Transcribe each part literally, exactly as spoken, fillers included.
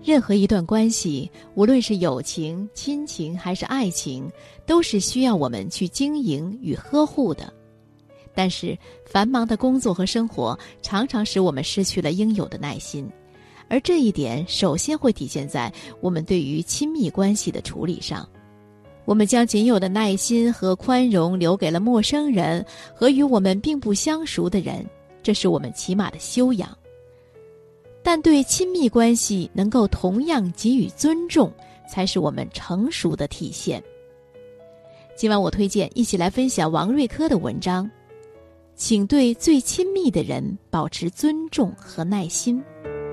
任何一段关系，无论是友情、亲情还是爱情，都是需要我们去经营与呵护的。但是繁忙的工作和生活常常使我们失去了应有的耐心，而这一点首先会体现在我们对于亲密关系的处理上。我们将仅有的耐心和宽容留给了陌生人和与我们并不相熟的人，这是我们起码的修养。但对亲密关系能够同样给予尊重，才是我们成熟的体现。今晚我推荐一起来分享王瑞科的文章，请对最亲密的人保持尊重和耐心。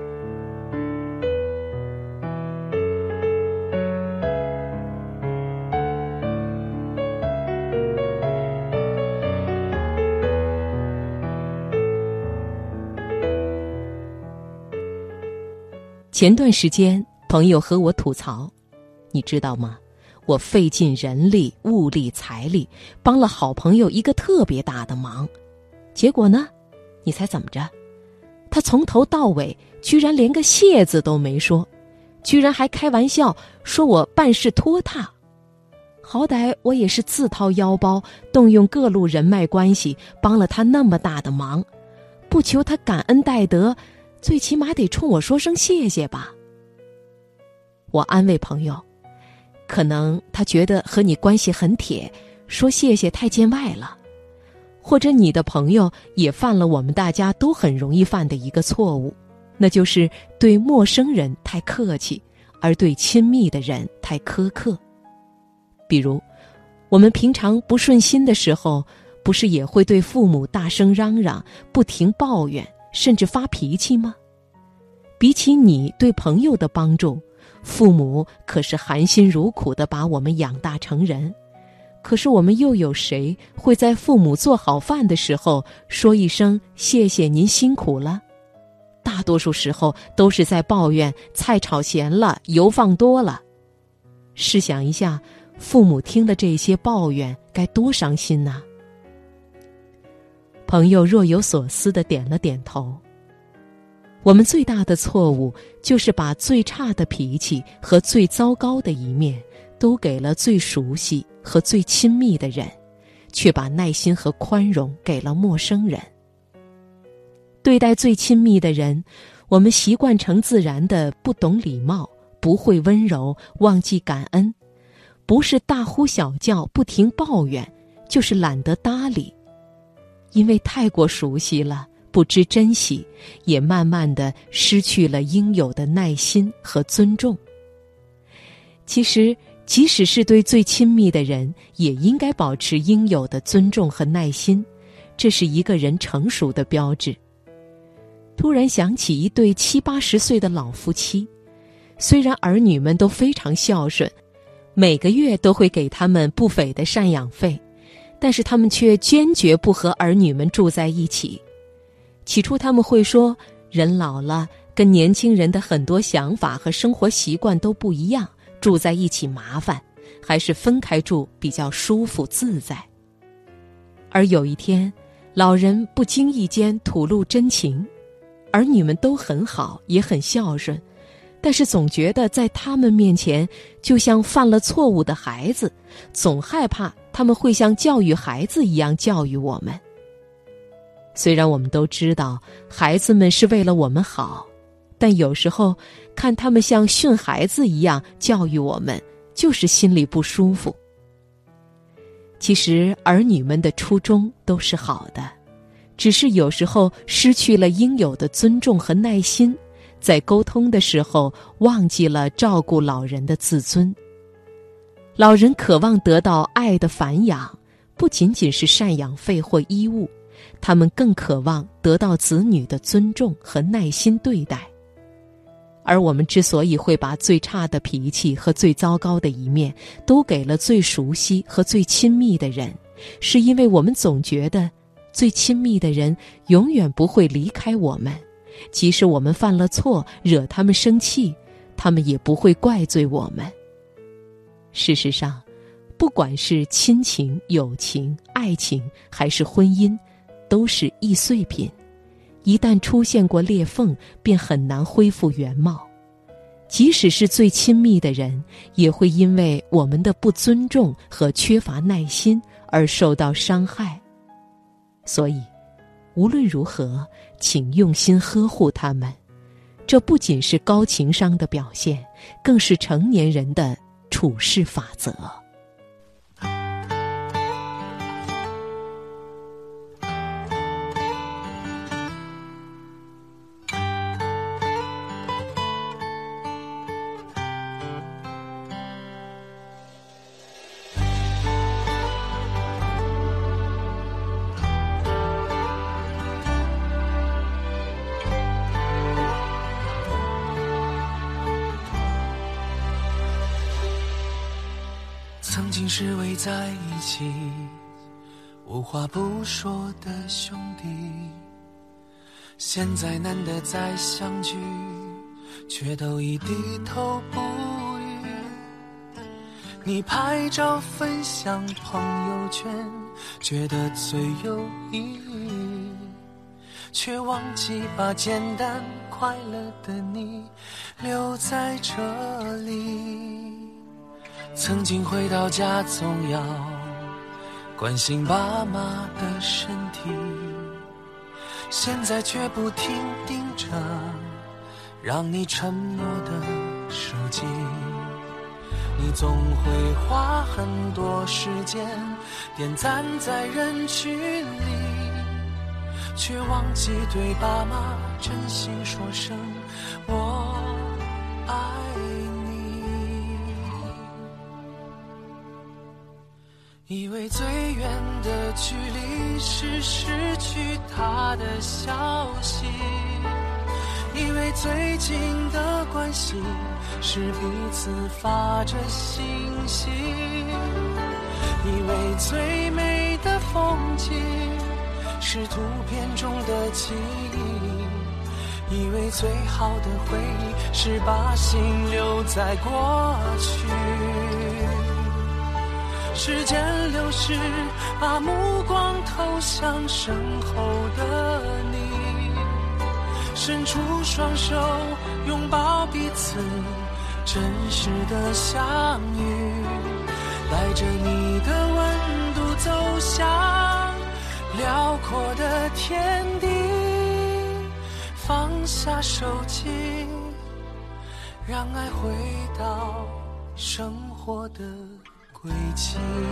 前段时间朋友和我吐槽，你知道吗？我费尽人力、物力、财力，帮了好朋友一个特别大的忙，结果呢，你猜怎么着？他从头到尾居然连个谢字都没说，居然还开玩笑说我办事拖沓。好歹我也是自掏腰包，动用各路人脉关系，帮了他那么大的忙，不求他感恩戴德，最起码得冲我说声谢谢吧。我安慰朋友，可能他觉得和你关系很铁，说谢谢太见外了。或者你的朋友也犯了我们大家都很容易犯的一个错误，那就是对陌生人太客气，而对亲密的人太苛刻。比如我们平常不顺心的时候，不是也会对父母大声嚷嚷，不停抱怨，甚至发脾气吗？比起你对朋友的帮助，父母可是含辛茹苦地把我们养大成人，可是我们又有谁会在父母做好饭的时候说一声谢谢您辛苦了？大多数时候都是在抱怨菜炒咸了，油放多了。试想一下，父母听了这些抱怨该多伤心呐！朋友若有所思地点了点头。我们最大的错误就是把最差的脾气和最糟糕的一面都给了最熟悉和最亲密的人，却把耐心和宽容给了陌生人。对待最亲密的人，我们习惯成自然的不懂礼貌，不会温柔，忘记感恩，不是大呼小叫，不停抱怨，就是懒得搭理。因为太过熟悉了，不知珍惜，也慢慢地失去了应有的耐心和尊重。其实即使是对最亲密的人，也应该保持应有的尊重和耐心，这是一个人成熟的标志。突然想起一对七八十岁的老夫妻，虽然儿女们都非常孝顺，每个月都会给他们不菲的赡养费，但是他们却坚决不和儿女们住在一起。起初他们会说，人老了，跟年轻人的很多想法和生活习惯都不一样，住在一起麻烦，还是分开住比较舒服自在。而有一天，老人不经意间吐露真情，儿女们都很好，也很孝顺，但是总觉得在他们面前就像犯了错误的孩子，总害怕他们会像教育孩子一样教育我们。虽然我们都知道孩子们是为了我们好，但有时候看他们像训孩子一样教育我们，就是心里不舒服。其实儿女们的初衷都是好的，只是有时候失去了应有的尊重和耐心，在沟通的时候忘记了照顾老人的自尊。老人渴望得到爱的繁养，不仅仅是赡养费或衣物，他们更渴望得到子女的尊重和耐心对待。而我们之所以会把最差的脾气和最糟糕的一面都给了最熟悉和最亲密的人，是因为我们总觉得最亲密的人永远不会离开我们，即使我们犯了错，惹他们生气，他们也不会怪罪我们。事实上，不管是亲情、友情、爱情还是婚姻，都是易碎品，一旦出现过裂缝，便很难恢复原貌。 即使是最亲密的人，也会因为我们的不尊重和缺乏耐心而受到伤害。所以，无论如何，请用心呵护他们。这不仅是高情商的表现，更是成年人的处事法则。 曾经是围在一起无话不说的兄弟，现在难得再相聚，却都已低头不语。你拍照分享朋友圈，觉得最有意义，却忘记把简单快乐的你留在这里。曾经回到家总要关心爸妈的身体，现在却不停盯着让你沉默的手机。你总会花很多时间点赞在人群里，却忘记对爸妈真心说声我爱你。以为最远的距离是失去他的消息，以为最近的关系是彼此发着信息，以为最美的风景是图片中的记忆，以为最好的回忆是把心留在过去。时间流逝，把目光投向身后的你，伸出双手拥抱彼此，真实的相遇，带着你的温度走向辽阔的天地，放下手机，让爱回到生活的轨迹。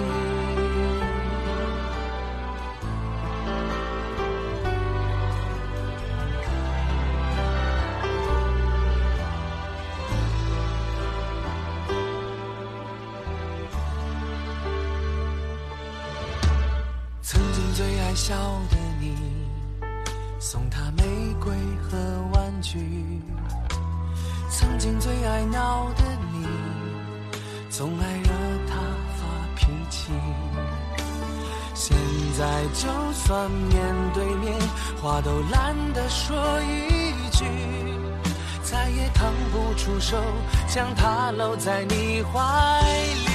曾经最爱笑的你，送他玫瑰和玩具，曾经最爱闹的你，总爱惹他发脾气。现在就算面对面，话都懒得说一句，再也腾不出手将他搂在你怀里。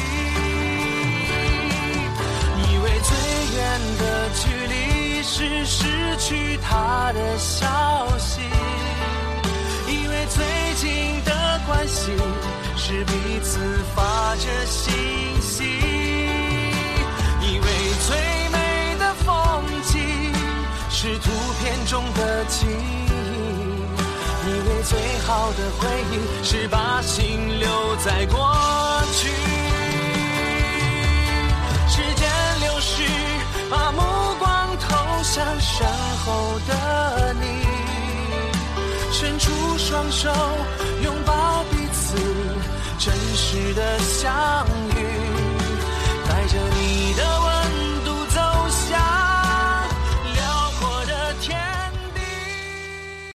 以为最远的距离是失去他的消息，以为最近的关系是彼此发着信息，以为最美的风景是图片中的记忆，以为最好的回忆是把心留在过去。时间流逝，把目光投向身后的你，伸出双手拥抱彼此，真实的相